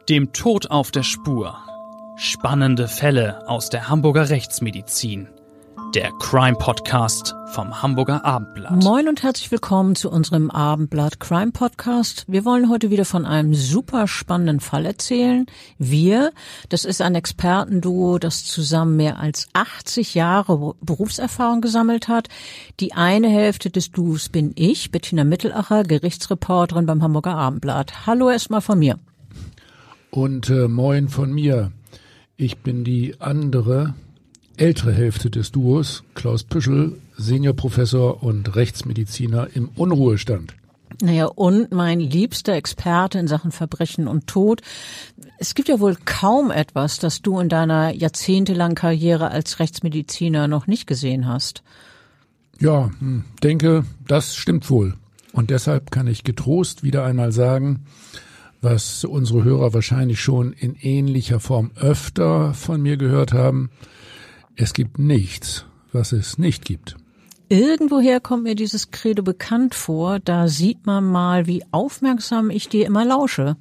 Dem Tod auf der Spur. Spannende Fälle aus der Hamburger Rechtsmedizin. Der Crime-Podcast vom Hamburger Abendblatt. Moin und herzlich willkommen zu unserem Abendblatt Crime-Podcast. Wir wollen heute wieder von einem super spannenden Fall erzählen. Das ist ein Expertenduo, das zusammen mehr als 80 Jahre Berufserfahrung gesammelt hat. Die eine Hälfte des Duos bin ich, Bettina Mittelacher, Gerichtsreporterin beim Hamburger Abendblatt. Hallo erstmal von mir. Und moin von mir. Ich bin die andere, ältere Hälfte des Duos, Klaus Püschel, Seniorprofessor und Rechtsmediziner im Unruhestand. Naja, und mein liebster Experte in Sachen Verbrechen und Tod. Es gibt ja wohl kaum etwas, das du in deiner jahrzehntelangen Karriere als Rechtsmediziner noch nicht gesehen hast. Ja, denke, das stimmt wohl. Und deshalb kann ich getrost wieder einmal sagen, was unsere Hörer wahrscheinlich schon in ähnlicher Form öfter von mir gehört haben: Es gibt nichts, was es nicht gibt. Irgendwoher kommt mir dieses Credo bekannt vor. Da sieht man mal, wie aufmerksam ich dir immer lausche.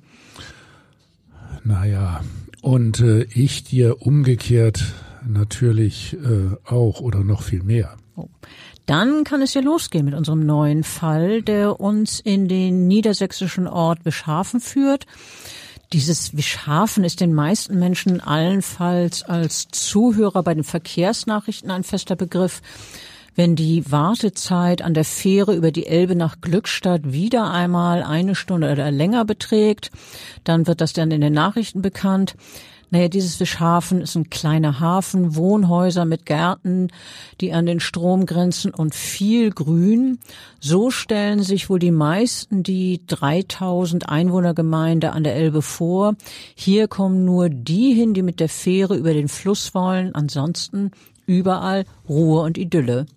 Naja, und ich dir umgekehrt natürlich auch oder noch viel mehr. Oh. Dann kann es ja losgehen mit unserem neuen Fall, der uns in den niedersächsischen Ort Wischhafen führt. Dieses Wischhafen ist den meisten Menschen allenfalls als Zuhörer bei den Verkehrsnachrichten ein fester Begriff. Wenn die Wartezeit an der Fähre über die Elbe nach Glückstadt wieder einmal 1 Stunde oder länger beträgt, dann wird das dann in den Nachrichten bekannt. Naja, dieses Wischhafen ist ein kleiner Hafen, Wohnhäuser mit Gärten, die an den Strom grenzen und viel Grün. So stellen sich wohl die meisten die 3000 Einwohnergemeinde an der Elbe vor. Hier kommen nur die hin, die mit der Fähre über den Fluss wollen. Ansonsten überall Ruhe und Idylle.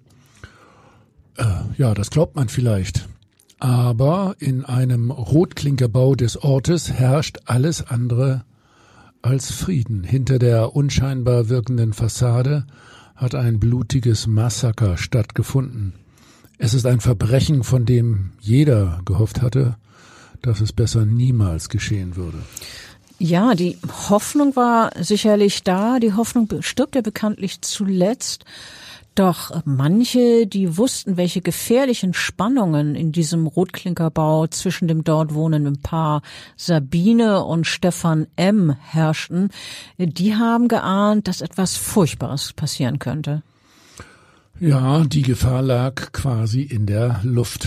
Ja, das glaubt man vielleicht. Aber in einem Rotklinkerbau des Ortes herrscht alles andere als Frieden. Hinter der unscheinbar wirkenden Fassade hat ein blutiges Massaker stattgefunden. Es ist ein Verbrechen, von dem jeder gehofft hatte, dass es besser niemals geschehen würde. Ja, die Hoffnung war sicherlich da. Die Hoffnung stirbt ja bekanntlich zuletzt. Doch manche, die wussten, welche gefährlichen Spannungen in diesem Rotklinkerbau zwischen dem dort wohnenden Paar Sabine und Stefan M. herrschten, die haben geahnt, dass etwas Furchtbares passieren könnte. Ja, die Gefahr lag quasi in der Luft.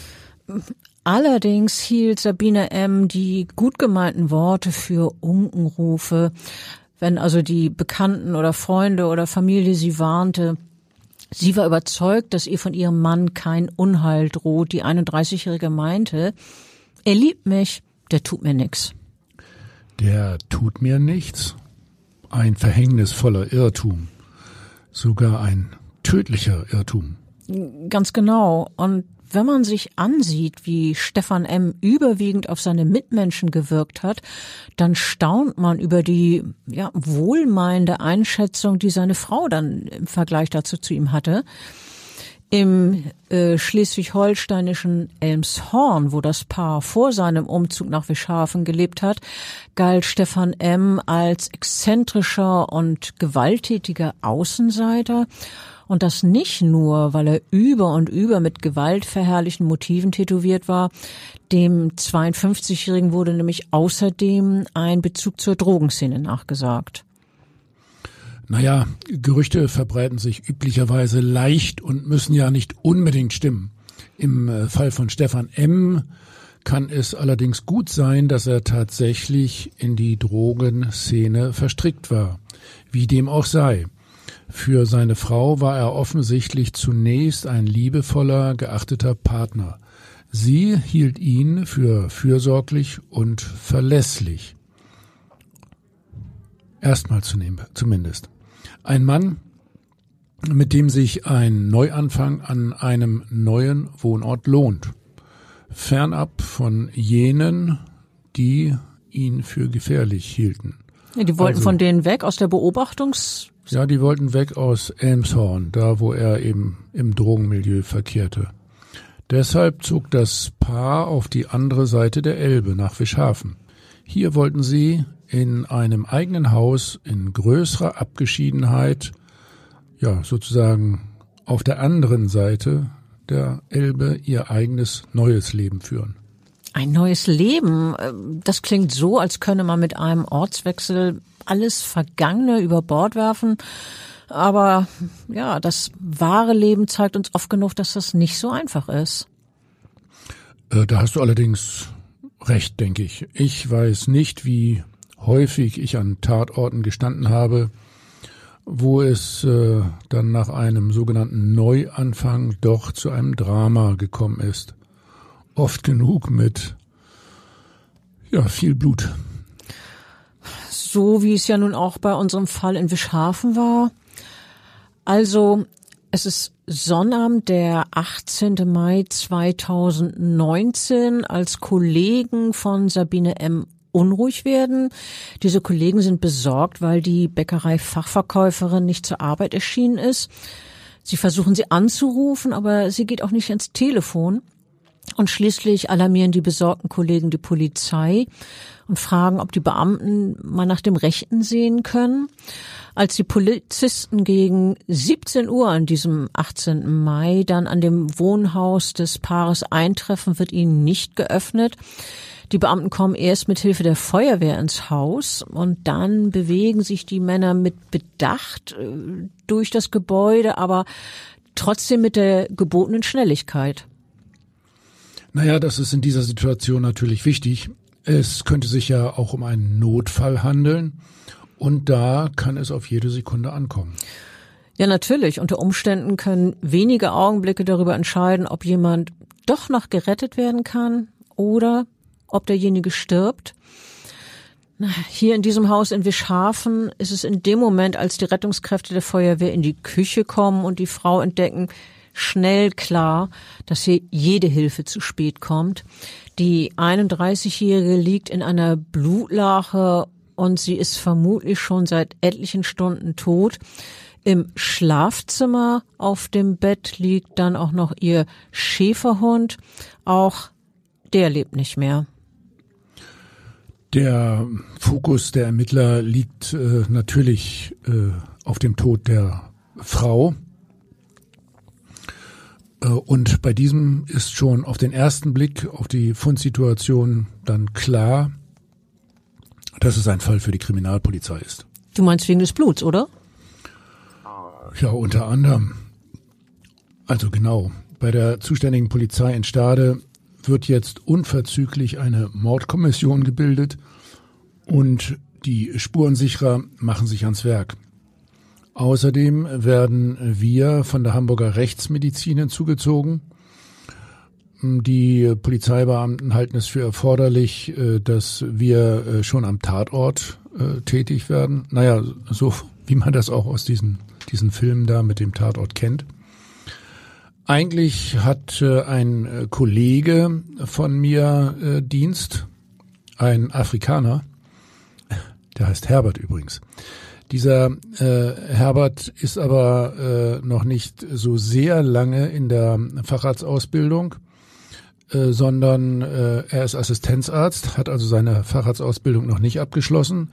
Allerdings hielt Sabine M. die gut gemeinten Worte für Unkenrufe. Wenn also die Bekannten oder Freunde oder Familie sie warnte, sie war überzeugt, dass ihr von ihrem Mann kein Unheil droht. Die 31-Jährige meinte, er liebt mich, der tut mir nichts. Der tut mir nichts? Ein verhängnisvoller Irrtum. Sogar ein tödlicher Irrtum. Ganz genau. Und wenn man sich ansieht, wie Stefan M. überwiegend auf seine Mitmenschen gewirkt hat, dann staunt man über die wohlmeinende Einschätzung, die seine Frau dann im Vergleich dazu zu ihm hatte. Im schleswig-holsteinischen Elmshorn, wo das Paar vor seinem Umzug nach Wischhafen gelebt hat, galt Stefan M. als exzentrischer und gewalttätiger Außenseiter. Und das nicht nur, weil er über und über mit gewaltverherrlichen Motiven tätowiert war. Dem 52-Jährigen wurde nämlich außerdem ein Bezug zur Drogenszene nachgesagt. Naja, Gerüchte verbreiten sich üblicherweise leicht und müssen ja nicht unbedingt stimmen. Im Fall von Stefan M. kann es allerdings gut sein, dass er tatsächlich in die Drogenszene verstrickt war. Wie dem auch sei. Für seine Frau war er offensichtlich zunächst ein liebevoller, geachteter Partner. Sie hielt ihn für fürsorglich und verlässlich. Erstmal zumindest. Ein Mann, mit dem sich ein Neuanfang an einem neuen Wohnort lohnt. Fernab von jenen, die ihn für gefährlich hielten. Ja, die wollten von denen weg aus der Ja, die wollten weg aus Elmshorn, da wo er eben im Drogenmilieu verkehrte. Deshalb zog das Paar auf die andere Seite der Elbe nach Wischhafen. Hier wollten sie in einem eigenen Haus in größerer Abgeschiedenheit, ja, sozusagen auf der anderen Seite der Elbe ihr eigenes neues Leben führen. Ein neues Leben, das klingt so, als könne man mit einem Ortswechsel alles Vergangene über Bord werfen. Aber ja, das wahre Leben zeigt uns oft genug, dass das nicht so einfach ist. Da hast du allerdings recht, denke ich. Ich weiß nicht, wie häufig ich an Tatorten gestanden habe, wo es dann nach einem sogenannten Neuanfang doch zu einem Drama gekommen ist. Oft genug mit viel Blut. So wie es ja nun auch bei unserem Fall in Wischhafen war. Also, es ist Sonnabend, der 18. Mai 2019, als Kollegen von Sabine M. unruhig werden. Diese Kollegen sind besorgt, weil die Bäckerei-Fachverkäuferin nicht zur Arbeit erschienen ist. Sie versuchen sie anzurufen, aber sie geht auch nicht ans Telefon. Und schließlich alarmieren die besorgten Kollegen die Polizei und fragen, ob die Beamten mal nach dem Rechten sehen können. Als die Polizisten gegen 17 Uhr an diesem 18. Mai dann an dem Wohnhaus des Paares eintreffen, wird ihnen nicht geöffnet. Die Beamten kommen erst mit Hilfe der Feuerwehr ins Haus und dann bewegen sich die Männer mit Bedacht durch das Gebäude, aber trotzdem mit der gebotenen Schnelligkeit. Naja, das ist in dieser Situation natürlich wichtig. Es könnte sich ja auch um einen Notfall handeln und da kann es auf jede Sekunde ankommen. Ja, natürlich. Unter Umständen können wenige Augenblicke darüber entscheiden, ob jemand doch noch gerettet werden kann oder ob derjenige stirbt. Hier in diesem Haus in Wischhafen ist es in dem Moment, als die Rettungskräfte der Feuerwehr in die Küche kommen und die Frau entdecken, schnell klar, dass hier jede Hilfe zu spät kommt. Die 31-Jährige liegt in einer Blutlache und sie ist vermutlich schon seit etlichen Stunden tot. Im Schlafzimmer auf dem Bett liegt dann auch noch ihr Schäferhund. Auch der lebt nicht mehr. Der Fokus der Ermittler liegt natürlich auf dem Tod der Frau. Und bei diesem ist schon auf den ersten Blick auf die Fundsituation dann klar, dass es ein Fall für die Kriminalpolizei ist. Du meinst wegen des Bluts, oder? Ja, unter anderem. Also genau, bei der zuständigen Polizei in Stade wird jetzt unverzüglich eine Mordkommission gebildet und die Spurensicherer machen sich ans Werk. Außerdem werden wir von der Hamburger Rechtsmedizin hinzugezogen. Die Polizeibeamten halten es für erforderlich, dass wir schon am Tatort tätig werden. Naja, so wie man das auch aus diesen Filmen da mit dem Tatort kennt. Eigentlich hat ein Kollege von mir Dienst, ein Afrikaner, der heißt Herbert übrigens. Dieser Herbert ist aber noch nicht so sehr lange in der Facharztausbildung, sondern er ist Assistenzarzt, hat also seine Facharztausbildung noch nicht abgeschlossen.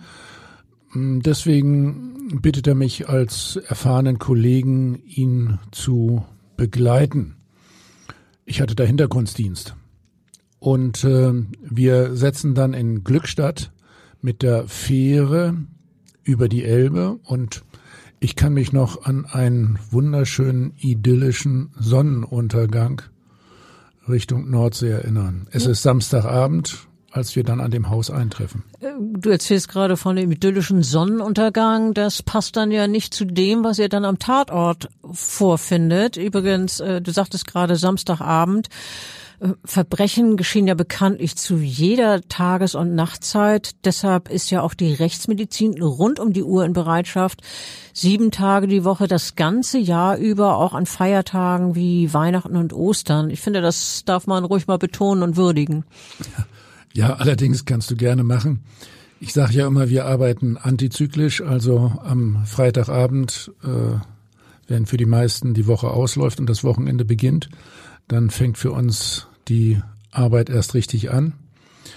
Deswegen bittet er mich als erfahrenen Kollegen, ihn zu begleiten. Ich hatte da Hintergrunddienst. Und wir setzen dann in Glückstadt mit der Fähre über die Elbe und ich kann mich noch an einen wunderschönen, idyllischen Sonnenuntergang Richtung Nordsee erinnern. Es ist Samstagabend, als wir dann an dem Haus eintreffen. Du erzählst gerade von dem idyllischen Sonnenuntergang. Das passt dann ja nicht zu dem, was ihr dann am Tatort vorfindet. Übrigens, du sagtest gerade Samstagabend. Verbrechen geschehen ja bekanntlich zu jeder Tages- und Nachtzeit. Deshalb ist ja auch die Rechtsmedizin rund um die Uhr in Bereitschaft. 7 Tage die Woche, das ganze Jahr über, auch an Feiertagen wie Weihnachten und Ostern. Ich finde, das darf man ruhig mal betonen und würdigen. Ja, allerdings kannst du gerne machen. Ich sage ja immer, wir arbeiten antizyklisch, also am Freitagabend, wenn für die meisten die Woche ausläuft und das Wochenende beginnt, dann fängt für uns die Arbeit erst richtig an.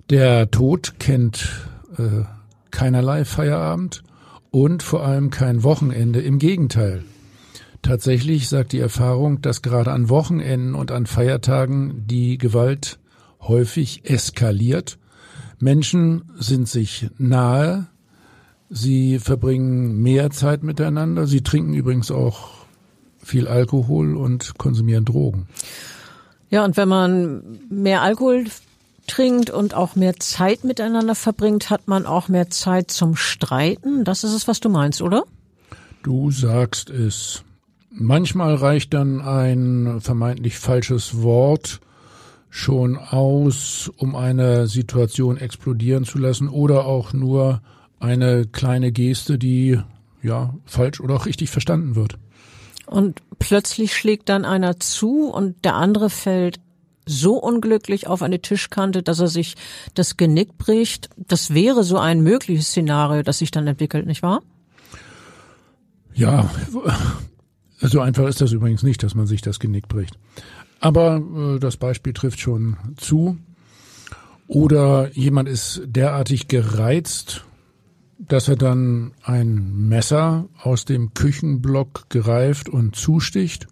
Der Tod kennt keinerlei Feierabend und vor allem kein Wochenende. Im Gegenteil. Tatsächlich sagt die Erfahrung, dass gerade an Wochenenden und an Feiertagen die Gewalt häufig eskaliert. Menschen sind sich nahe, sie verbringen mehr Zeit miteinander, sie trinken übrigens auch viel Alkohol und konsumieren Drogen. Ja, und wenn man mehr Alkohol trinkt und auch mehr Zeit miteinander verbringt, hat man auch mehr Zeit zum Streiten. Das ist es, was du meinst, oder? Du sagst es. Manchmal reicht dann ein vermeintlich falsches Wort schon aus, um eine Situation explodieren zu lassen, oder auch nur eine kleine Geste, die ja falsch oder auch richtig verstanden wird. Und plötzlich schlägt dann einer zu und der andere fällt so unglücklich auf eine Tischkante, dass er sich das Genick bricht. Das wäre so ein mögliches Szenario, das sich dann entwickelt, nicht wahr? Ja, so einfach ist das übrigens nicht, dass man sich das Genick bricht. Aber das Beispiel trifft schon zu. Oder jemand ist derartig gereizt, dass er dann ein Messer aus dem Küchenblock greift und zusticht.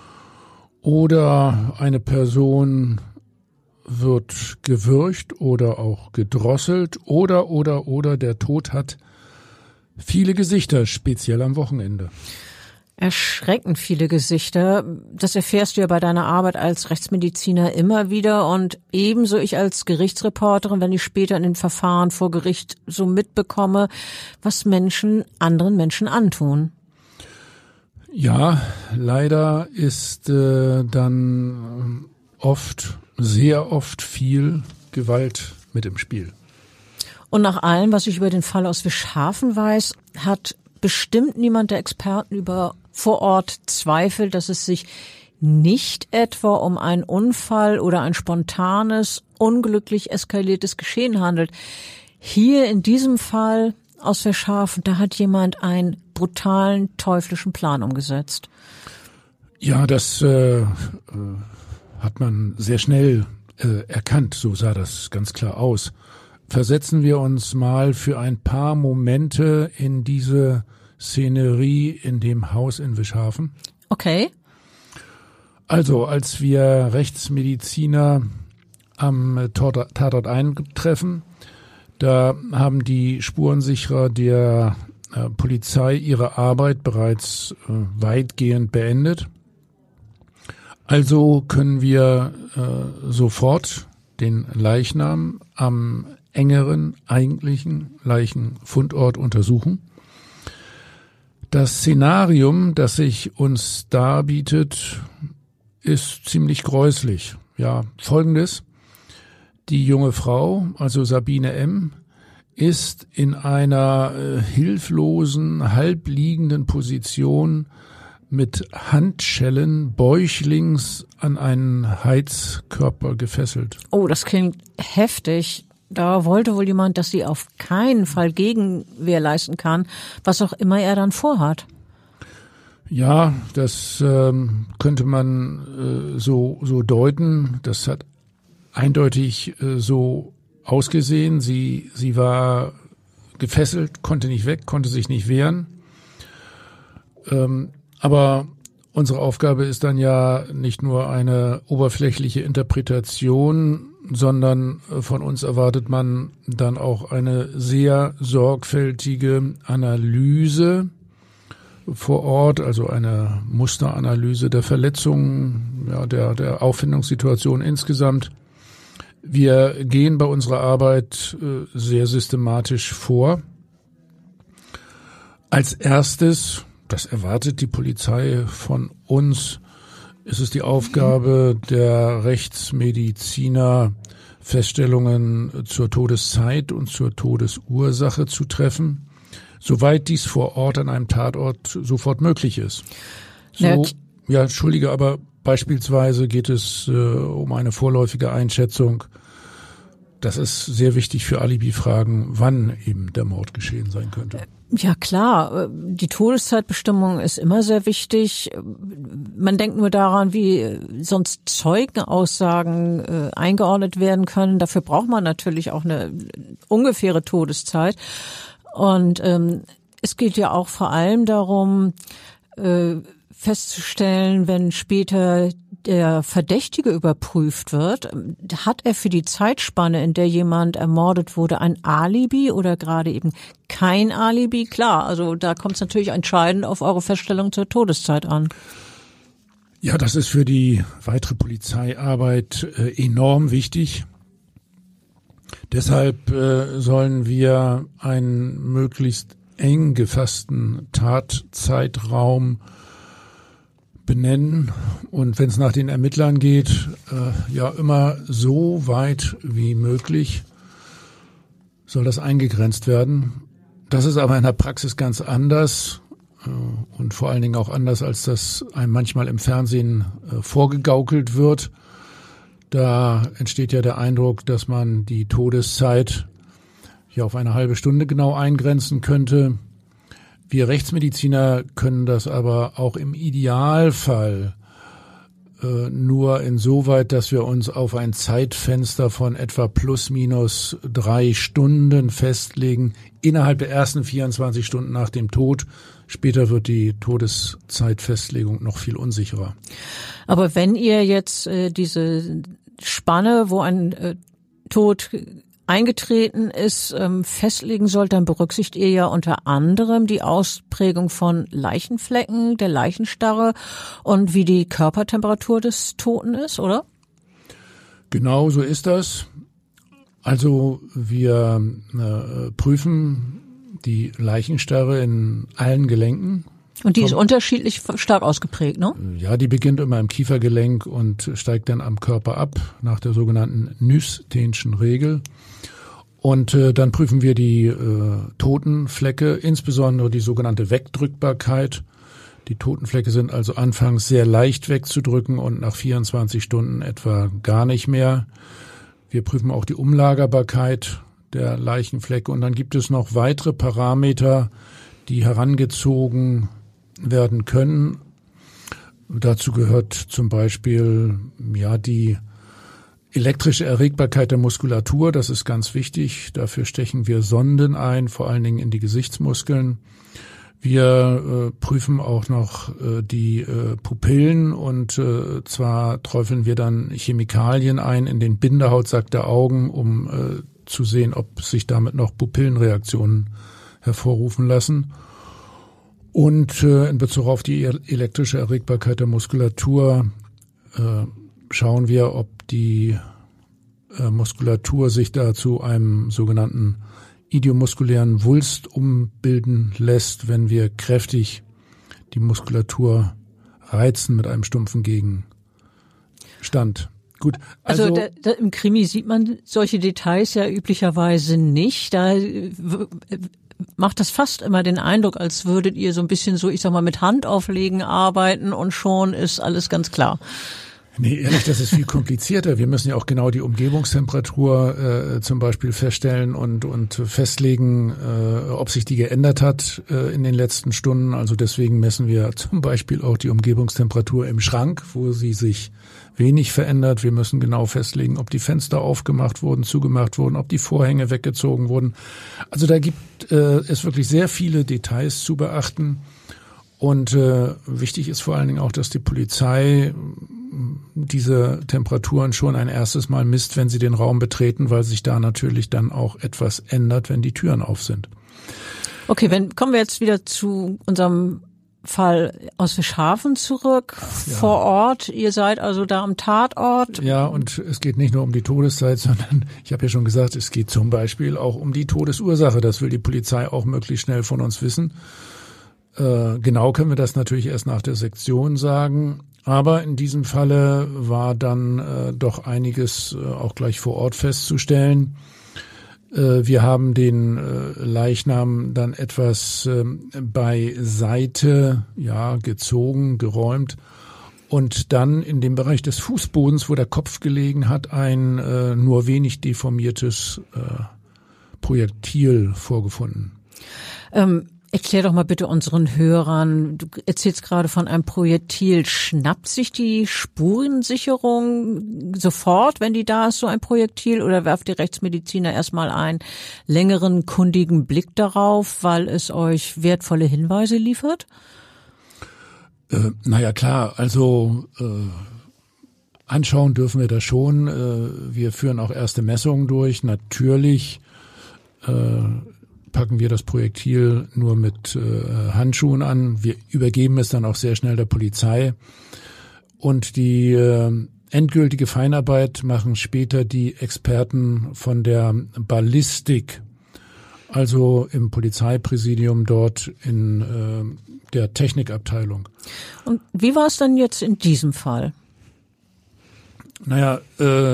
Oder eine Person wird gewürgt oder auch gedrosselt. Oder der Tod hat viele Gesichter, speziell am Wochenende. Erschreckend viele Gesichter. Das erfährst du ja bei deiner Arbeit als Rechtsmediziner immer wieder und ebenso ich als Gerichtsreporterin, wenn ich später in den Verfahren vor Gericht so mitbekomme, was Menschen anderen Menschen antun. Ja, leider ist dann sehr oft viel Gewalt mit im Spiel. Und nach allem, was ich über den Fall aus Wischhafen weiß, hat bestimmt niemand der Experten über vor Ort Zweifel, dass es sich nicht etwa um einen Unfall oder ein spontanes, unglücklich eskaliertes Geschehen handelt. Hier in diesem Fall aus Wischhafen, da hat jemand einen brutalen, teuflischen Plan umgesetzt. Ja, das hat man sehr schnell erkannt, so sah das ganz klar aus. Versetzen wir uns mal für ein paar Momente in diese Szenerie in dem Haus in Wischhafen. Okay. Also, als wir Rechtsmediziner am Tatort eintreffen, da haben die Spurensicherer der Polizei ihre Arbeit bereits weitgehend beendet. Also können wir sofort den Leichnam am engeren eigentlichen Leichenfundort untersuchen. Das Szenarium, das sich uns darbietet, ist ziemlich gräuslich. Ja, Folgendes. Die junge Frau, also Sabine M., ist in einer hilflosen, halbliegenden Position mit Handschellen bäuchlings an einen Heizkörper gefesselt. Oh, das klingt heftig. Da wollte wohl jemand, dass sie auf keinen Fall Gegenwehr leisten kann, was auch immer er dann vorhat. Ja, das könnte man so deuten. Das hat eindeutig so ausgesehen. Sie war gefesselt, konnte nicht weg, konnte sich nicht wehren. Aber unsere Aufgabe ist dann ja nicht nur eine oberflächliche Interpretation, sondern von uns erwartet man dann auch eine sehr sorgfältige Analyse vor Ort, also eine Musteranalyse der Verletzungen, ja, der Auffindungssituation insgesamt. Wir gehen bei unserer Arbeit sehr systematisch vor. Als erstes, das erwartet die Polizei von uns, ist es die Aufgabe der Rechtsmediziner, Feststellungen zur Todeszeit und zur Todesursache zu treffen, soweit dies vor Ort an einem Tatort sofort möglich ist. Ja, entschuldige, aber beispielsweise geht es um eine vorläufige Einschätzung, das ist sehr wichtig für Alibi-Fragen, wann eben der Mord geschehen sein könnte. Ja klar, die Todeszeitbestimmung ist immer sehr wichtig. Man denkt nur daran, wie sonst Zeugenaussagen eingeordnet werden können. Dafür braucht man natürlich auch eine ungefähre Todeszeit. Und es geht ja auch vor allem darum, festzustellen, wenn später der Verdächtige überprüft wird, hat er für die Zeitspanne, in der jemand ermordet wurde, ein Alibi oder gerade eben kein Alibi? Klar, also da kommt es natürlich entscheidend auf eure Feststellung zur Todeszeit an. Ja, das ist für die weitere Polizeiarbeit enorm wichtig. Deshalb sollen wir einen möglichst eng gefassten Tatzeitraum benennen und wenn es nach den Ermittlern geht, ja immer so weit wie möglich soll das eingegrenzt werden. Das ist aber in der Praxis ganz anders und vor allen Dingen auch anders, als das einem manchmal im Fernsehen vorgegaukelt wird. Da entsteht ja der Eindruck, dass man die Todeszeit ja auf eine halbe Stunde genau eingrenzen könnte. Wir Rechtsmediziner können das aber auch im Idealfall nur insoweit, dass wir uns auf ein Zeitfenster von etwa plus minus 3 Stunden festlegen, innerhalb der ersten 24 Stunden nach dem Tod. Später wird die Todeszeitfestlegung noch viel unsicherer. Aber wenn ihr jetzt diese Spanne, wo ein Tod eingetreten ist, festlegen sollt, dann berücksichtigt ihr ja unter anderem die Ausprägung von Leichenflecken, der Leichenstarre und wie die Körpertemperatur des Toten ist, oder? Genau so ist das. Also wir prüfen die Leichenstarre in allen Gelenken. Und die ist unterschiedlich stark ausgeprägt, ne? Ja, die beginnt immer im Kiefergelenk und steigt dann am Körper ab, nach der sogenannten Nysthenschen Regel. Und dann prüfen wir die Totenflecke, insbesondere die sogenannte Wegdrückbarkeit. Die Totenflecke sind also anfangs sehr leicht wegzudrücken und nach 24 Stunden etwa gar nicht mehr. Wir prüfen auch die Umlagerbarkeit der Leichenflecke. Und dann gibt es noch weitere Parameter, die herangezogen werden können. Dazu gehört zum Beispiel ja die elektrische Erregbarkeit der Muskulatur. Das ist ganz wichtig. Dafür stechen wir Sonden ein, vor allen Dingen in die Gesichtsmuskeln. Wir prüfen auch noch die Pupillen und zwar träufeln wir dann Chemikalien ein in den Bindehautsack der Augen, um zu sehen, ob sich damit noch Pupillenreaktionen hervorrufen lassen. Und in Bezug auf die elektrische Erregbarkeit der Muskulatur schauen wir, ob die Muskulatur sich da zu einem sogenannten idiomuskulären Wulst umbilden lässt, wenn wir kräftig die Muskulatur reizen mit einem stumpfen Gegenstand. Gut, also im Krimi sieht man solche Details ja üblicherweise nicht. Da macht das fast immer den Eindruck, als würdet ihr so ein bisschen so, ich sag mal, mit Handauflegen arbeiten und schon ist alles ganz klar. Nee, ehrlich, das ist viel komplizierter. Wir müssen ja auch genau die Umgebungstemperatur zum Beispiel feststellen und festlegen, ob sich die geändert hat in den letzten Stunden. Also deswegen messen wir zum Beispiel auch die Umgebungstemperatur im Schrank, wo sie sich wenig verändert. Wir müssen genau festlegen, ob die Fenster aufgemacht wurden, zugemacht wurden, ob die Vorhänge weggezogen wurden. Also da gibt es wirklich sehr viele Details zu beachten. Und wichtig ist vor allen Dingen auch, dass die Polizei diese Temperaturen schon ein erstes Mal misst, wenn sie den Raum betreten, weil sich da natürlich dann auch etwas ändert, wenn die Türen auf sind. Okay, kommen wir jetzt wieder zu unserem Fall aus Fischhafen zurück, ja. Vor Ort. Ihr seid also da am Tatort. Ja, und es geht nicht nur um die Todeszeit, sondern ich habe ja schon gesagt, es geht zum Beispiel auch um die Todesursache. Das will die Polizei auch möglichst schnell von uns wissen. Genau können wir das natürlich erst nach der Sektion sagen. Aber in diesem Falle war dann doch einiges auch gleich vor Ort festzustellen. Wir haben den Leichnam dann etwas beiseite, ja, gezogen, geräumt Und dann in dem Bereich des Fußbodens, wo der Kopf gelegen hat, ein nur wenig deformiertes Projektil vorgefunden. Erklär doch mal bitte unseren Hörern, du erzählst gerade von einem Projektil. Schnappt sich die Spurensicherung sofort, wenn die da ist, so ein Projektil, oder werft die Rechtsmediziner erstmal einen längeren, kundigen Blick darauf, weil es euch wertvolle Hinweise liefert? Naja, klar, also anschauen dürfen wir das schon. Wir führen auch erste Messungen durch. Natürlich packen wir das Projektil nur mit Handschuhen an. Wir übergeben es dann auch sehr schnell der Polizei. Und die endgültige Feinarbeit machen später die Experten von der Ballistik, also im Polizeipräsidium dort in der Technikabteilung. Und wie war es dann jetzt in diesem Fall? Naja,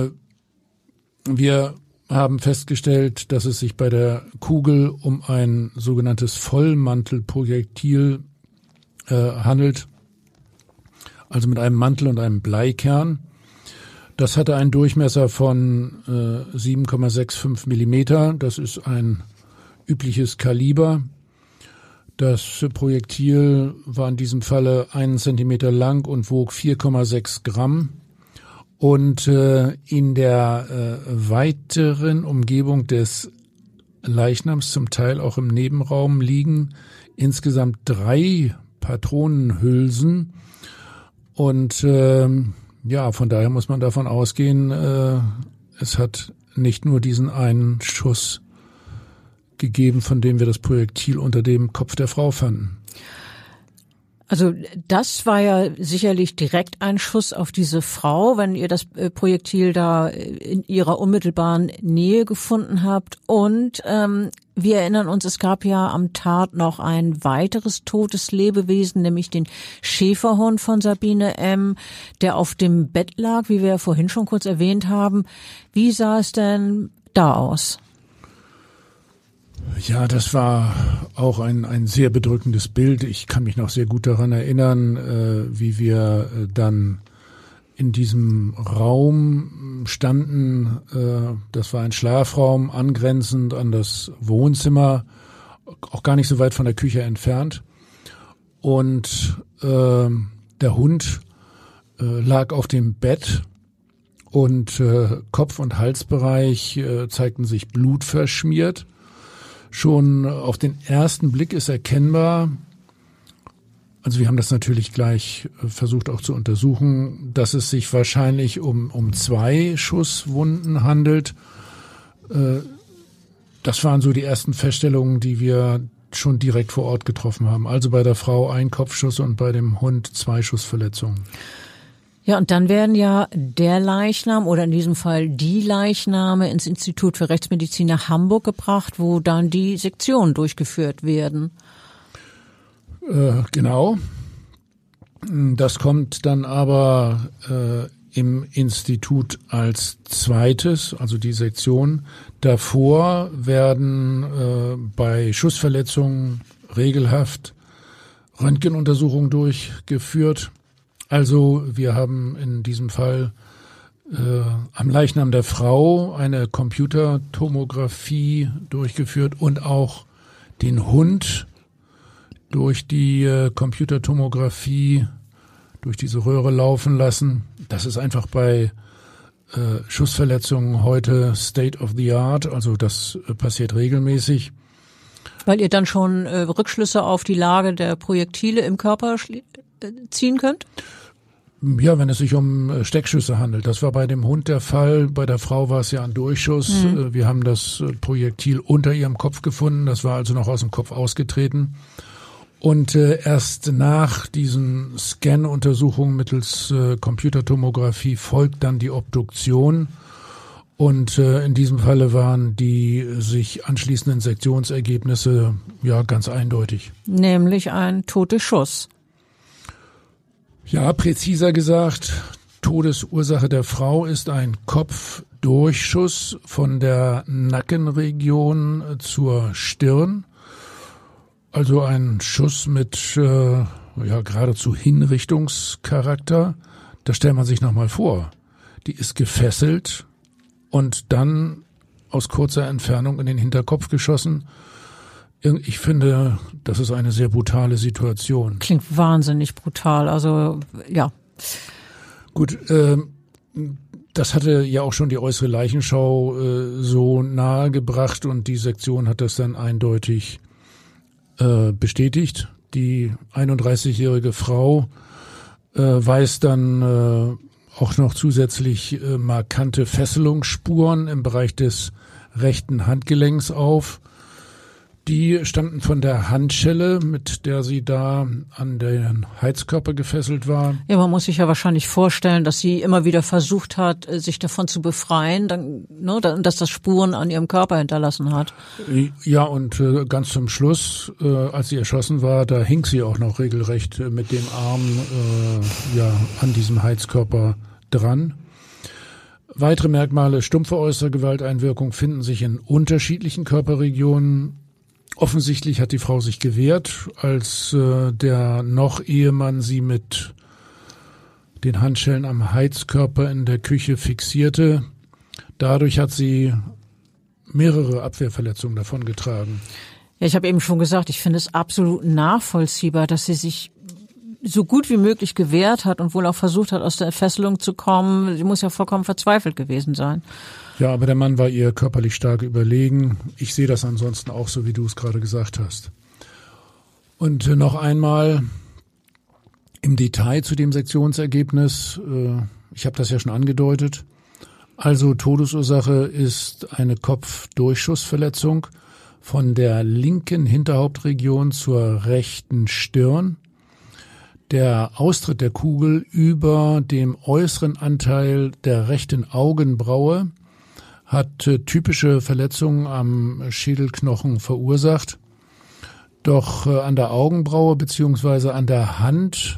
wir haben festgestellt, dass es sich bei der Kugel um ein sogenanntes Vollmantelprojektil handelt, also mit einem Mantel und einem Bleikern. Das hatte einen Durchmesser von 7,65 Millimeter. Das ist ein übliches Kaliber. Das Projektil war in diesem Falle 1 Zentimeter lang und wog 4,6 Gramm. Und in der weiteren Umgebung des Leichnams, zum Teil auch im Nebenraum, liegen insgesamt 3 Patronenhülsen. Und von daher muss man davon ausgehen, es hat nicht nur diesen einen Schuss gegeben, von dem wir das Projektil unter dem Kopf der Frau fanden. Also das war ja sicherlich direkt ein Schuss auf diese Frau, wenn ihr das Projektil da in ihrer unmittelbaren Nähe gefunden habt. Und wir erinnern uns, es gab ja am Tat noch ein weiteres totes Lebewesen, nämlich den Schäferhund von Sabine M., der auf dem Bett lag, wie wir ja vorhin schon kurz erwähnt haben. Wie sah es denn da aus? Ja, das war auch ein sehr bedrückendes Bild. Ich kann mich noch sehr gut daran erinnern, wie wir dann in diesem Raum standen. Das war ein Schlafraum, angrenzend an das Wohnzimmer, auch gar nicht so weit von der Küche entfernt. Und der Hund lag auf dem Bett und Kopf- und Halsbereich zeigten sich blutverschmiert. Schon auf den ersten Blick ist erkennbar, also wir haben das natürlich gleich versucht auch zu untersuchen, dass es sich wahrscheinlich um 2 Schusswunden handelt. Das waren so die ersten Feststellungen, die wir schon direkt vor Ort getroffen haben. Also bei der Frau 1 Kopfschuss und bei dem Hund 2 Schussverletzungen. Ja, und dann werden ja der Leichnam oder in diesem Fall die Leichname ins Institut für Rechtsmedizin nach Hamburg gebracht, wo dann die Sektionen durchgeführt werden. Genau. Das kommt dann aber im Institut als zweites, also die Sektion. Davor werden bei Schussverletzungen regelhaft Röntgenuntersuchungen durchgeführt. Also wir haben in diesem Fall am Leichnam der Frau eine Computertomographie durchgeführt und auch den Hund durch die Computertomographie, durch diese Röhre laufen lassen. Das ist einfach bei Schussverletzungen heute State of the Art, also das passiert regelmäßig. Weil ihr dann schon Rückschlüsse auf die Lage der Projektile im Körper ziehen könnt? Ja, wenn es sich um Steckschüsse handelt. Das war bei dem Hund der Fall. Bei der Frau war es ja ein Durchschuss. Wir haben das Projektil unter ihrem Kopf gefunden. Das war also noch aus dem Kopf ausgetreten. Und erst nach diesen Scan-Untersuchungen mittels Computertomographie folgt dann die Obduktion. Und in diesem Falle waren die sich anschließenden Sektionsergebnisse ja ganz eindeutig. Nämlich ein toter Schuss. Ja, präziser gesagt, Todesursache der Frau ist ein Kopfdurchschuss von der Nackenregion zur Stirn. Also ein Schuss mit geradezu Hinrichtungscharakter. Da stellt man sich nochmal vor. Die ist gefesselt und dann aus kurzer Entfernung in den Hinterkopf geschossen. Ich finde, das ist eine sehr brutale Situation. Klingt wahnsinnig brutal, also ja. Gut, das hatte ja auch schon die äußere Leichenschau so nahegebracht und die Sektion hat das dann eindeutig bestätigt. Die 31-jährige Frau weist dann auch noch zusätzlich markante Fesselungsspuren im Bereich des rechten Handgelenks auf. Die stammten von der Handschelle, mit der sie da an den Heizkörper gefesselt war. Ja, man muss sich ja wahrscheinlich vorstellen, dass sie immer wieder versucht hat, sich davon zu befreien, dass das Spuren an ihrem Körper hinterlassen hat. Ja, und ganz zum Schluss, als sie erschossen war, da hing sie auch noch regelrecht mit dem Arm an diesem Heizkörper dran. Weitere Merkmale stumpfer äußerer Gewalteinwirkung finden sich in unterschiedlichen Körperregionen. Offensichtlich hat die Frau sich gewehrt, als der Noch-Ehemann sie mit den Handschellen am Heizkörper in der Küche fixierte. Dadurch hat sie mehrere Abwehrverletzungen davongetragen. Ja, ich habe eben schon gesagt, ich finde es absolut nachvollziehbar, dass sie sich so gut wie möglich gewehrt hat und wohl auch versucht hat, aus der Fesselung zu kommen. Sie muss ja vollkommen verzweifelt gewesen sein. Ja, aber der Mann war ihr körperlich stark überlegen. Ich sehe das ansonsten auch so, wie du es gerade gesagt hast. Und noch einmal im Detail zu dem Sektionsergebnis. Ich habe das ja schon angedeutet. Also Todesursache ist eine Kopfdurchschussverletzung von der linken Hinterhauptregion zur rechten Stirn. Der Austritt der Kugel über dem äußeren Anteil der rechten Augenbraue hat typische Verletzungen am Schädelknochen verursacht. Doch an der Augenbraue beziehungsweise an der Hand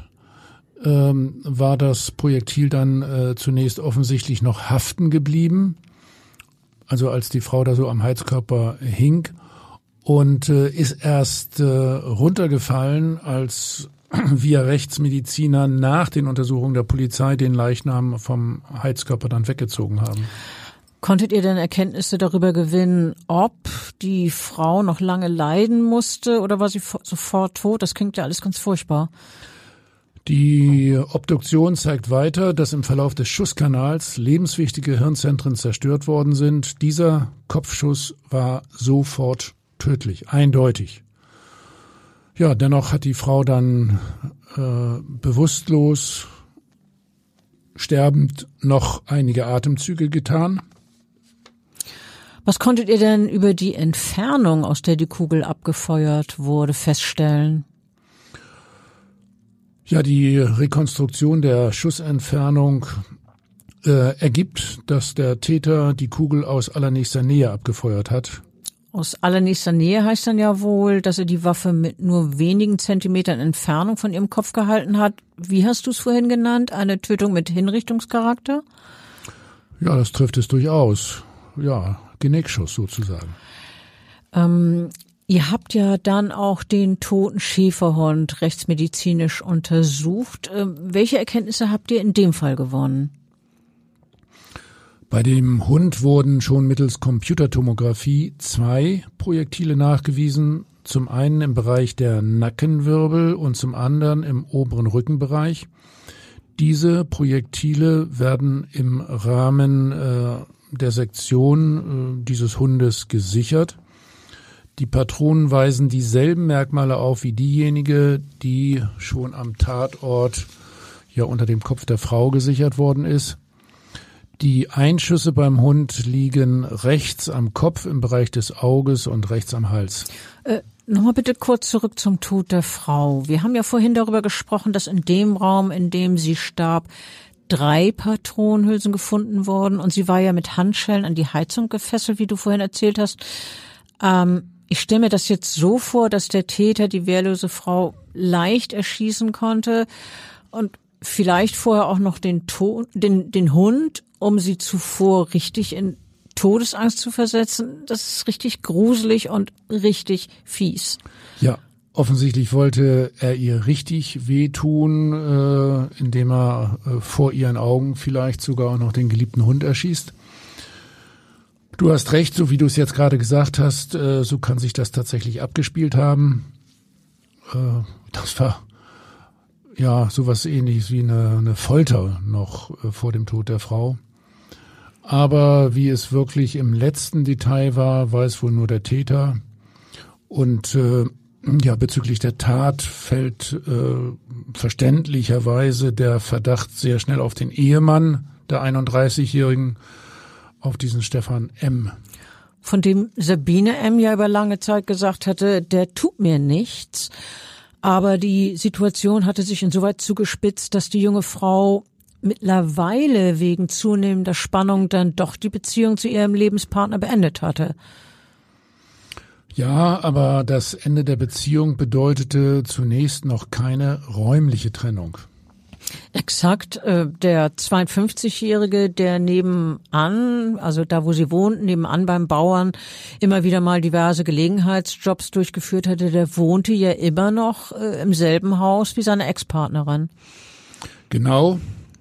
war das Projektil dann zunächst offensichtlich noch haften geblieben, also als die Frau da so am Heizkörper hing, und ist erst runtergefallen, als wir Rechtsmediziner nach den Untersuchungen der Polizei den Leichnam vom Heizkörper dann weggezogen haben. Konntet ihr denn Erkenntnisse darüber gewinnen, ob die Frau noch lange leiden musste oder war sie sofort tot? Das klingt ja alles ganz furchtbar. Die Obduktion zeigt weiter, dass im Verlauf des Schusskanals lebenswichtige Hirnzentren zerstört worden sind. Dieser Kopfschuss war sofort tödlich, eindeutig. Ja, dennoch hat die Frau dann bewusstlos, sterbend noch einige Atemzüge getan. Was konntet ihr denn über die Entfernung, aus der die Kugel abgefeuert wurde, feststellen? Ja, die Rekonstruktion der Schussentfernung ergibt, dass der Täter die Kugel aus allernächster Nähe abgefeuert hat. Aus allernächster Nähe heißt dann ja wohl, dass er die Waffe mit nur wenigen Zentimetern Entfernung von ihrem Kopf gehalten hat. Wie hast du es vorhin genannt? Eine Tötung mit Hinrichtungscharakter? Ja, das trifft es durchaus. Ja, Genickschuss sozusagen. Ihr habt ja dann auch den toten Schäferhund rechtsmedizinisch untersucht. Welche Erkenntnisse habt ihr in dem Fall gewonnen? Bei dem Hund wurden schon mittels Computertomographie 2 Projektile nachgewiesen. Zum einen im Bereich der Nackenwirbel und zum anderen im oberen Rückenbereich. Diese Projektile werden im Rahmen der Sektion dieses Hundes gesichert. Die Patronen weisen dieselben Merkmale auf wie diejenige, die schon am Tatort ja unter dem Kopf der Frau gesichert worden ist. Die Einschüsse beim Hund liegen rechts am Kopf im Bereich des Auges und rechts am Hals. Nochmal bitte kurz zurück zum Tod der Frau. Wir haben ja vorhin darüber gesprochen, dass in dem Raum, in dem sie starb, 3 Patronenhülsen gefunden wurden und sie war ja mit Handschellen an die Heizung gefesselt, wie du vorhin erzählt hast. Ich stelle mir das jetzt so vor, dass der Täter die wehrlose Frau leicht erschießen konnte und vielleicht vorher auch noch den Hund, um sie zuvor richtig in Todesangst zu versetzen. Das ist richtig gruselig und richtig fies. Ja, Offensichtlich wollte er ihr richtig wehtun, indem er vor ihren Augen vielleicht sogar auch noch den geliebten Hund erschießt. Du hast recht, so wie du es jetzt gerade gesagt hast, so kann sich das tatsächlich abgespielt haben. Das war ja sowas Ähnliches wie eine Folter noch vor dem Tod der Frau. Aber wie es wirklich im letzten Detail war, weiß wohl nur der Täter. Und bezüglich der Tat fällt verständlicherweise der Verdacht sehr schnell auf den Ehemann der 31-Jährigen, auf diesen Stefan M. Von dem Sabine M. ja über lange Zeit gesagt hatte, der tut mir nichts. Aber die Situation hatte sich insoweit zugespitzt, dass die junge Frau mittlerweile wegen zunehmender Spannung dann doch die Beziehung zu ihrem Lebenspartner beendet hatte. Ja, aber das Ende der Beziehung bedeutete zunächst noch keine räumliche Trennung. Exakt. Der 52-Jährige, der nebenan, also da, wo sie wohnt, nebenan beim Bauern, immer wieder mal diverse Gelegenheitsjobs durchgeführt hatte, der wohnte ja immer noch im selben Haus wie seine Ex-Partnerin. Genau.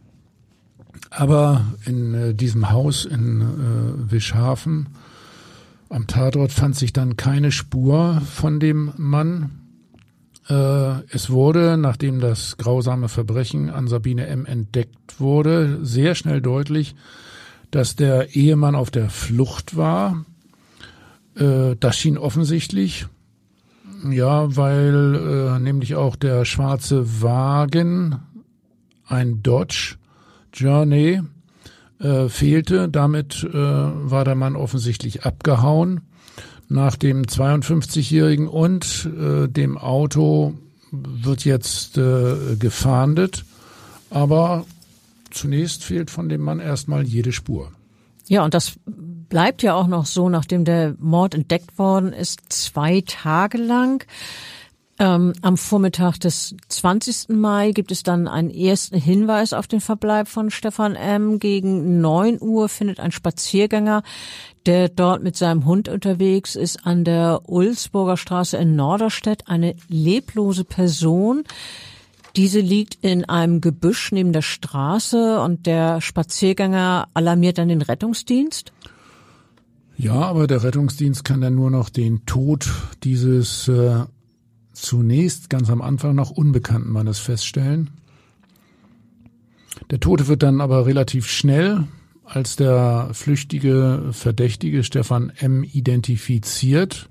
Aber in diesem Haus in Wischhafen am Tatort fand sich dann keine Spur von dem Mann. Es wurde, nachdem das grausame Verbrechen an Sabine M. entdeckt wurde, sehr schnell deutlich, dass der Ehemann auf der Flucht war. Das schien offensichtlich, ja, weil nämlich auch der schwarze Wagen, ein Dodge Journey, fehlte. Damit war der Mann offensichtlich abgehauen. Nach dem 52-Jährigen und dem Auto wird jetzt gefahndet. Aber zunächst fehlt von dem Mann erstmal jede Spur. Ja, und das bleibt ja auch noch so, nachdem der Mord entdeckt worden ist, 2 Tage lang. Am Vormittag des 20. Mai gibt es dann einen ersten Hinweis auf den Verbleib von Stefan M. Gegen 9 Uhr findet ein Spaziergänger, der dort mit seinem Hund unterwegs ist, an der Ulsburger Straße in Norderstedt eine leblose Person. Diese liegt in einem Gebüsch neben der Straße und der Spaziergänger alarmiert dann den Rettungsdienst. Ja, aber der Rettungsdienst kann dann nur noch den Tod dieses zunächst ganz am Anfang noch unbekannten Mannes feststellen. Der Tote wird dann aber relativ schnell als der flüchtige Verdächtige Stefan M. identifiziert.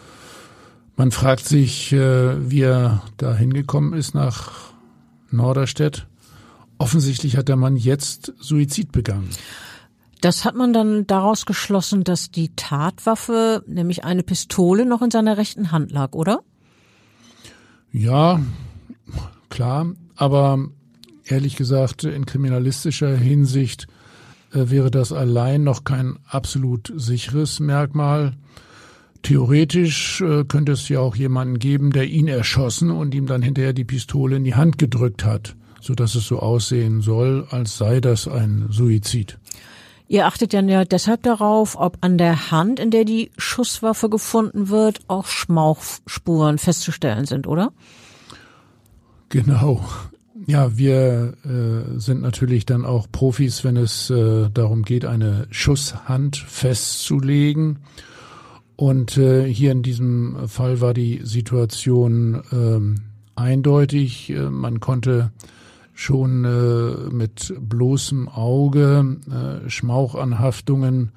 Man fragt sich, wie er da hingekommen ist nach Norderstedt. Offensichtlich hat der Mann jetzt Suizid begangen. Das hat man dann daraus geschlossen, dass die Tatwaffe, nämlich eine Pistole, noch in seiner rechten Hand lag, oder? Ja, klar, aber ehrlich gesagt, in kriminalistischer Hinsicht wäre das allein noch kein absolut sicheres Merkmal. Theoretisch könnte es ja auch jemanden geben, der ihn erschossen und ihm dann hinterher die Pistole in die Hand gedrückt hat, sodass es so aussehen soll, als sei das ein Suizid. Ihr achtet dann ja deshalb darauf, ob an der Hand, in der die Schusswaffe gefunden wird, auch Schmauchspuren festzustellen sind, oder? Genau. Ja, wir sind natürlich dann auch Profis, wenn es darum geht, eine Schusshand festzulegen. Und hier in diesem Fall war die Situation eindeutig. Man konnte schon mit bloßem Auge Schmauchanhaftungen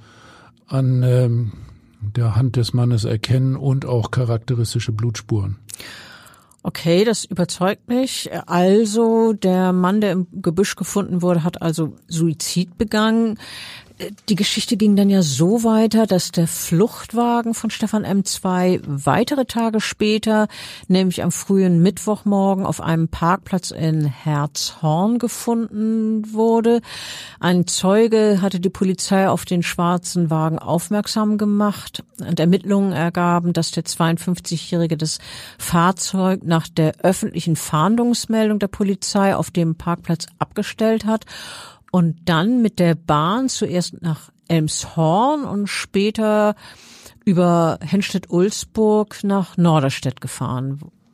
an der Hand des Mannes erkennen und auch charakteristische Blutspuren. Okay, das überzeugt mich. Also der Mann, der im Gebüsch gefunden wurde, hat also Suizid begangen. Die Geschichte ging dann ja so weiter, dass der Fluchtwagen von Stefan M. 2 weitere Tage später, nämlich am frühen Mittwochmorgen, auf einem Parkplatz in Herzhorn gefunden wurde. Ein Zeuge hatte die Polizei auf den schwarzen Wagen aufmerksam gemacht und Ermittlungen ergaben, dass der 52-Jährige das Fahrzeug nach der öffentlichen Fahndungsmeldung der Polizei auf dem Parkplatz abgestellt hat und dann mit der Bahn zuerst nach Elmshorn und später über Henstedt-Ulzburg nach Norderstedt gefahren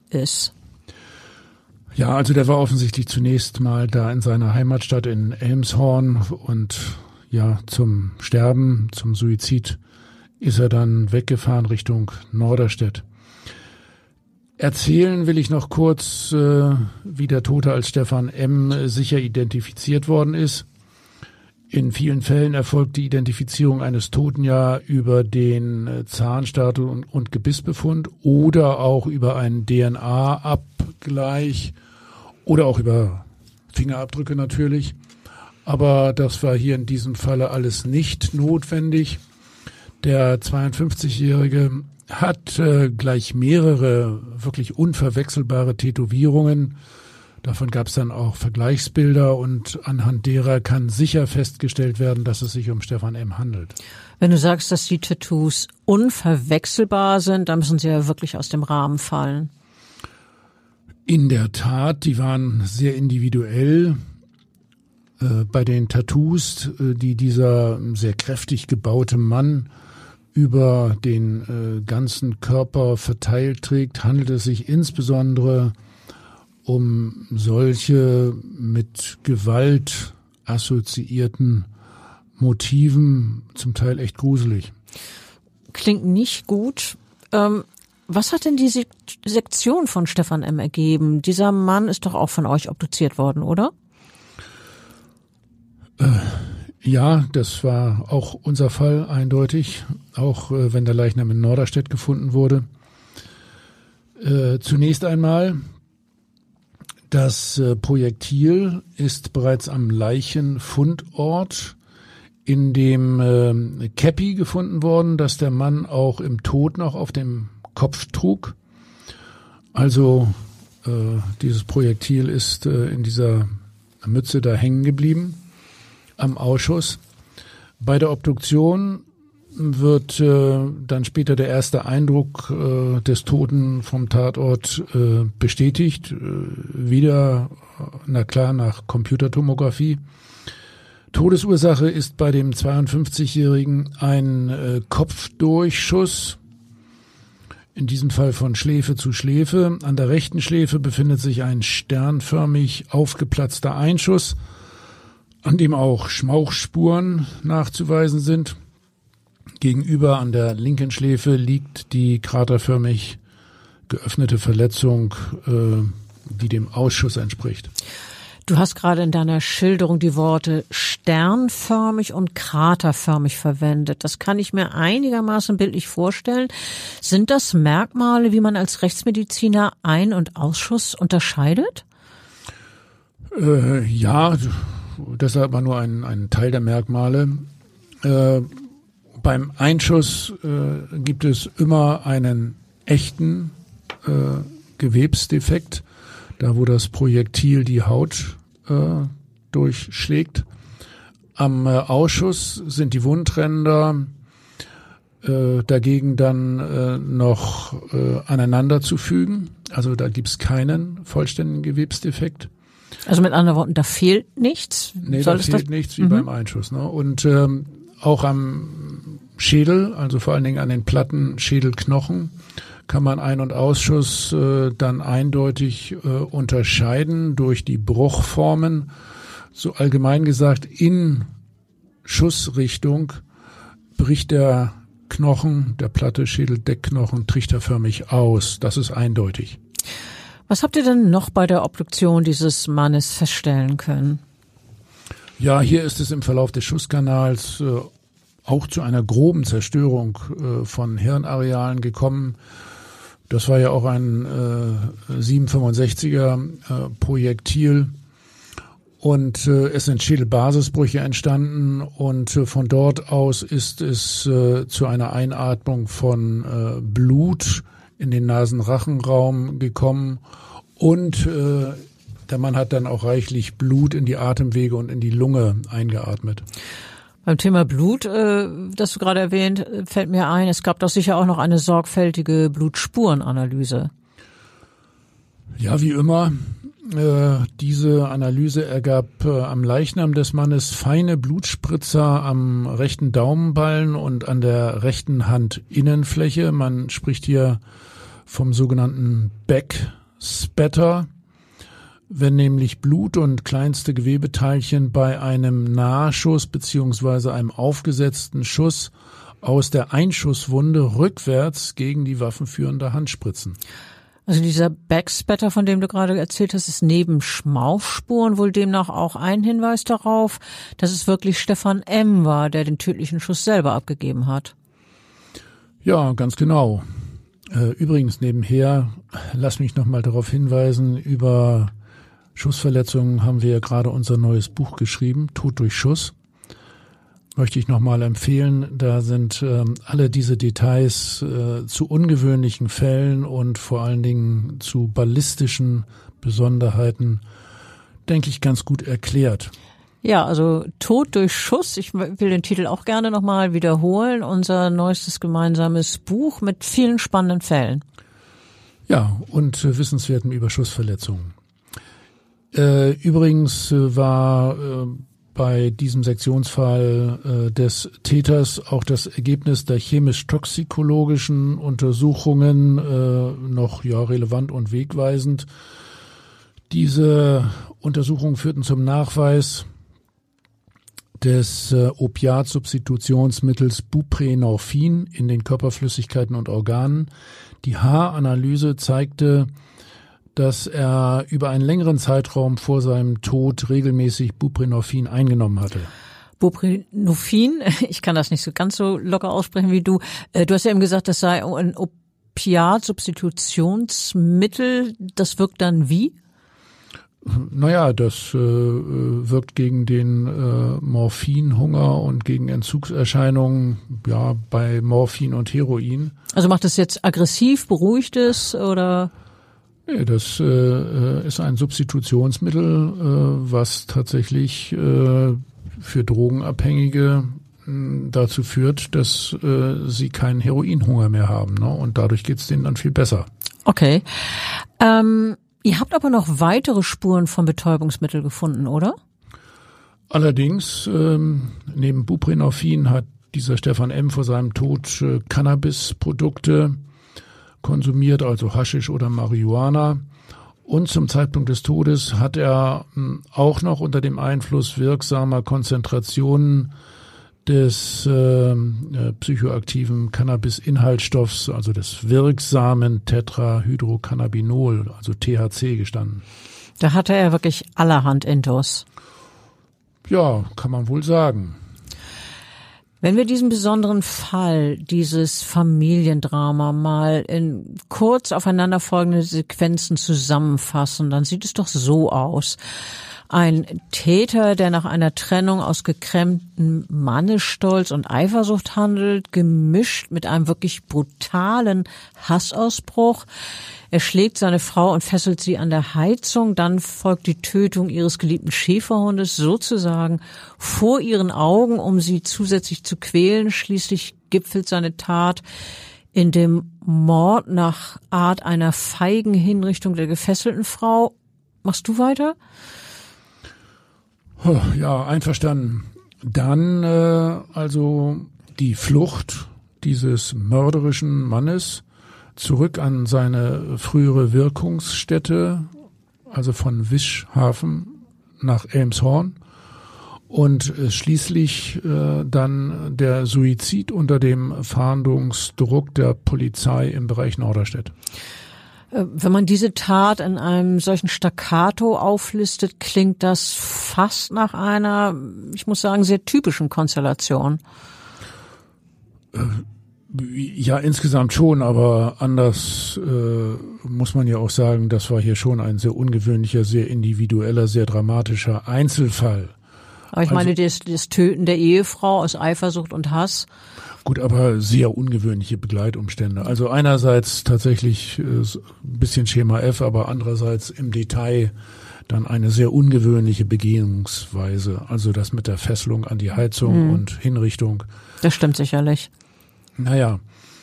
ist. Ja, also der war offensichtlich zunächst mal da in seiner Heimatstadt in Elmshorn und ja, zum Sterben, zum Suizid ist er dann weggefahren Richtung Norderstedt. Erzählen will ich noch kurz, wie der Tote als Stefan M. sicher identifiziert worden ist. In vielen Fällen erfolgt die Identifizierung eines Toten ja über den Zahnstatue und Gebissbefund oder auch über einen DNA-Abgleich oder auch über Fingerabdrücke natürlich. Aber das war hier in diesem Falle alles nicht notwendig. Der 52-Jährige hat gleich mehrere wirklich unverwechselbare Tätowierungen. Davon gab es dann auch Vergleichsbilder und anhand derer kann sicher festgestellt werden, dass es sich um Stefan M. handelt. Wenn du sagst, dass die Tattoos unverwechselbar sind, dann müssen sie ja wirklich aus dem Rahmen fallen. In der Tat, die waren sehr individuell. Bei den Tattoos, die dieser sehr kräftig gebaute Mann über den ganzen Körper verteilt trägt, handelt es sich insbesondere um solche mit Gewalt assoziierten Motiven, zum Teil echt gruselig. Klingt nicht gut. Was hat denn die Sektion von Stefan M. ergeben? Dieser Mann ist doch auch von euch obduziert worden, oder? Ja, das war auch unser Fall eindeutig, auch wenn der Leichnam in Norderstedt gefunden wurde. Zunächst einmal, das Projektil ist bereits am Leichenfundort in dem Käppi gefunden worden, das der Mann auch im Tod noch auf dem Kopf trug. Also dieses Projektil ist in dieser Mütze da hängen geblieben am Ausschuss. Bei der Obduktion wird dann später der erste Eindruck des Toten vom Tatort bestätigt. Wieder, na klar, nach Computertomographie. Todesursache ist bei dem 52-Jährigen ein Kopfdurchschuss, in diesem Fall von Schläfe zu Schläfe. An der rechten Schläfe befindet sich ein sternförmig aufgeplatzter Einschuss, an dem auch Schmauchspuren nachzuweisen sind. Gegenüber an der linken Schläfe liegt die kraterförmig geöffnete Verletzung, die dem Ausschuss entspricht. Du hast gerade in deiner Schilderung die Worte sternförmig und kraterförmig verwendet. Das kann ich mir einigermaßen bildlich vorstellen. Sind das Merkmale, wie man als Rechtsmediziner Ein- und Ausschuss unterscheidet? Ja, das ist aber nur ein Teil der Merkmale. Beim Einschuss gibt es immer einen echten Gewebsdefekt, da wo das Projektil die Haut durchschlägt. Am Ausschuss sind die Wundränder dagegen dann noch aneinander zu fügen. Also da gibt's keinen vollständigen Gewebsdefekt. Also mit anderen Worten, da fehlt nichts? Nee, da fehlt nichts wie beim Einschuss. Ne? Und auch am Schädel, also vor allen Dingen an den Platten Schädelknochen, kann man Ein- und Ausschuss dann eindeutig unterscheiden durch die Bruchformen. So allgemein gesagt, in Schussrichtung bricht der Knochen, der platte Schädeldeckknochen, trichterförmig aus. Das ist eindeutig. Was habt ihr denn noch bei der Obduktion dieses Mannes feststellen können? Ja, hier ist es im Verlauf des Schusskanals auch zu einer groben Zerstörung von Hirnarealen gekommen. Das war ja auch ein 7,65er Projektil. Und es sind Schädelbasisbrüche entstanden und von dort aus ist es zu einer Einatmung von Blut in den Nasenrachenraum gekommen und der Mann hat dann auch reichlich Blut in die Atemwege und in die Lunge eingeatmet. Beim Thema Blut, das du gerade erwähnt, fällt mir ein, es gab doch sicher auch noch eine sorgfältige Blutspurenanalyse. Ja, wie immer. Diese Analyse ergab am Leichnam des Mannes feine Blutspritzer am rechten Daumenballen und an der rechten Handinnenfläche. Man spricht hier vom sogenannten Beck Backspatter, wenn nämlich Blut und kleinste Gewebeteilchen bei einem Nahschuss beziehungsweise einem aufgesetzten Schuss aus der Einschusswunde rückwärts gegen die waffenführende Hand spritzen. Also dieser Backspatter, von dem du gerade erzählt hast, ist neben Schmaufspuren wohl demnach auch ein Hinweis darauf, dass es wirklich Stefan M. war, der den tödlichen Schuss selber abgegeben hat. Ja, ganz genau. Übrigens nebenher, lass mich nochmal darauf hinweisen, über Schussverletzungen haben wir ja gerade unser neues Buch geschrieben, Tod durch Schuss. Möchte ich nochmal empfehlen, da sind alle diese Details zu ungewöhnlichen Fällen und vor allen Dingen zu ballistischen Besonderheiten, denke ich, ganz gut erklärt. Ja, also Tod durch Schuss, ich will den Titel auch gerne nochmal wiederholen, unser neuestes gemeinsames Buch mit vielen spannenden Fällen. Ja, und Wissenswerten über Schussverletzungen. Übrigens war bei diesem Sektionsfall des Täters auch das Ergebnis der chemisch-toxikologischen Untersuchungen noch relevant und wegweisend. Diese Untersuchungen führten zum Nachweis des Opiatsubstitutionsmittels Buprenorphin in den Körperflüssigkeiten und Organen. Die Haaranalyse zeigte, dass er über einen längeren Zeitraum vor seinem Tod regelmäßig Buprenorphin eingenommen hatte. Buprenorphin, ich kann das nicht so ganz so locker aussprechen wie du. Du hast ja eben gesagt, das sei ein Opiatsubstitutionsmittel. Das wirkt dann wie? Naja, das wirkt gegen den Morphinhunger und gegen Entzugserscheinungen, bei Morphin und Heroin. Also macht es jetzt aggressiv, beruhigt es oder? Nee, das ist ein Substitutionsmittel, was tatsächlich für Drogenabhängige dazu führt, dass sie keinen Heroinhunger mehr haben, ne? Und dadurch geht's denen dann viel besser. Okay. Ihr habt aber noch weitere Spuren von Betäubungsmittel gefunden, oder? Allerdings, neben Buprenorphin hat dieser Stefan M. vor seinem Tod Cannabisprodukte konsumiert, also Haschisch oder Marihuana. Und zum Zeitpunkt des Todes hat er auch noch unter dem Einfluss wirksamer Konzentrationen des psychoaktiven Cannabis-Inhaltsstoffs, also des wirksamen Tetrahydrocannabinol, also THC, gestanden. Da hatte er wirklich allerhand Intus. Ja, kann man wohl sagen. Wenn wir diesen besonderen Fall, dieses Familiendrama mal in kurz aufeinanderfolgende Sequenzen zusammenfassen, dann sieht es doch so aus. Ein Täter, der nach einer Trennung aus gekränktem Mannesstolz und Eifersucht handelt, gemischt mit einem wirklich brutalen Hassausbruch. Er schlägt seine Frau und fesselt sie an der Heizung. Dann folgt die Tötung ihres geliebten Schäferhundes sozusagen vor ihren Augen, um sie zusätzlich zu quälen. Schließlich gipfelt seine Tat in dem Mord nach Art einer feigen Hinrichtung der gefesselten Frau. Machst du weiter? Ja, einverstanden. Dann also die Flucht dieses mörderischen Mannes zurück an seine frühere Wirkungsstätte, also von Wischhafen nach Elmshorn und schließlich dann der Suizid unter dem Fahndungsdruck der Polizei im Bereich Norderstedt. Wenn man diese Tat in einem solchen Staccato auflistet, klingt das fast nach einer, ich muss sagen, sehr typischen Konstellation. Ja, insgesamt schon, aber anders muss man ja auch sagen, das war hier schon ein sehr ungewöhnlicher, sehr individueller, sehr dramatischer Einzelfall. Aber ich meine, das Töten der Ehefrau aus Eifersucht und Hass. Gut, aber sehr ungewöhnliche Begleitumstände. Also einerseits tatsächlich ein bisschen Schema F, aber andererseits im Detail dann eine sehr ungewöhnliche Begehungsweise. Also das mit der Fesselung an die Heizung und Hinrichtung. Das stimmt sicherlich. Naja,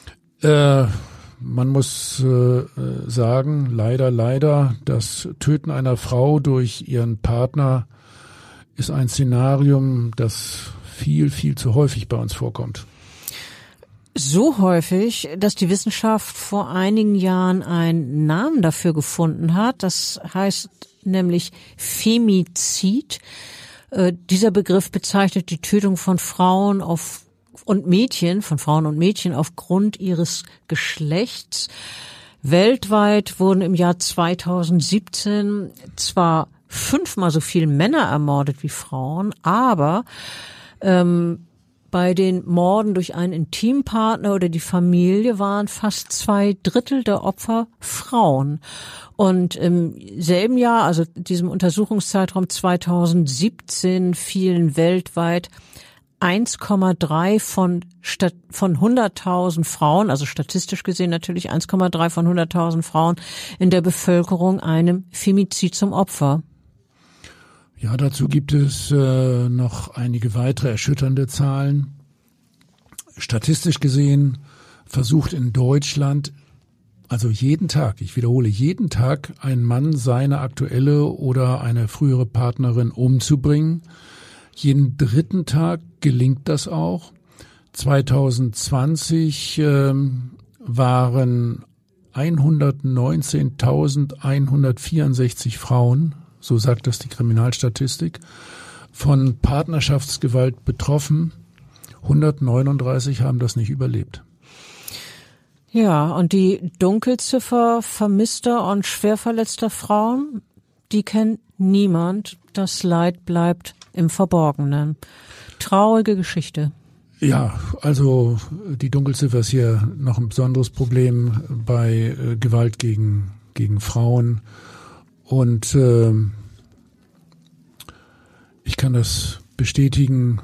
man muss sagen, leider, das Töten einer Frau durch ihren Partner ist ein Szenarium, das viel zu häufig bei uns vorkommt. So häufig, dass die Wissenschaft vor einigen Jahren einen Namen dafür gefunden hat. Das heißt nämlich Femizid. Dieser Begriff bezeichnet die Tötung von Frauen und Mädchen aufgrund ihres Geschlechts. Weltweit wurden im Jahr 2017 zwar 5-mal so viele Männer ermordet wie Frauen, aber bei den Morden durch einen Intimpartner oder die Familie waren fast 2/3 der Opfer Frauen. Und im selben Jahr, also diesem Untersuchungszeitraum 2017, fielen weltweit 1,3 von 100.000 Frauen, also statistisch gesehen natürlich 1,3 von 100.000 Frauen in der Bevölkerung einem Femizid zum Opfer. Ja, dazu gibt es noch einige weitere erschütternde Zahlen. Statistisch gesehen versucht in Deutschland, also jeden Tag, ich wiederhole, jeden Tag ein Mann seine aktuelle oder eine frühere Partnerin umzubringen. Jeden 3. Tag gelingt das auch. 2020 waren 119.164 Frauen, so sagt das die Kriminalstatistik, von Partnerschaftsgewalt betroffen. 139 haben das nicht überlebt. Ja, und die Dunkelziffer vermisster und schwer verletzter Frauen, die kennt niemand. Das Leid bleibt im Verborgenen. Traurige Geschichte. Ja, also die Dunkelziffer ist hier noch ein besonderes Problem bei Gewalt gegen Frauen. Und ich kann das bestätigen,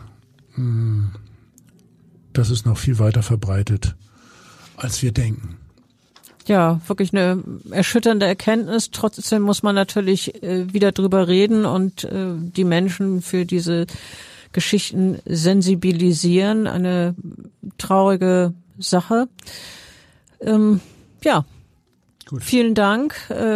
das ist noch viel weiter verbreitet, als wir denken. Ja, wirklich eine erschütternde Erkenntnis. Trotzdem muss man natürlich wieder drüber reden und die Menschen für diese Geschichten sensibilisieren. Eine traurige Sache. Ja, gut. Vielen Dank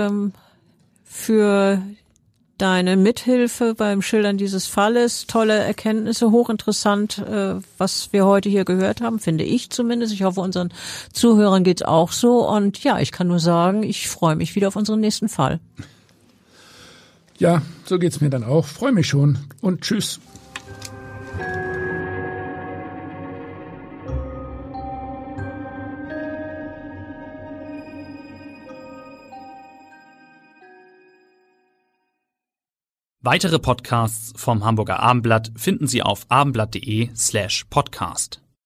für deine Mithilfe beim Schildern dieses Falles. Tolle Erkenntnisse, hochinteressant, was wir heute hier gehört haben, finde ich zumindest. Ich hoffe, unseren Zuhörern geht's auch so. Und ja, ich kann nur sagen, ich freue mich wieder auf unseren nächsten Fall. Ja, so geht's mir dann auch. Freue mich schon und tschüss. Weitere Podcasts vom Hamburger Abendblatt finden Sie auf abendblatt.de/podcast.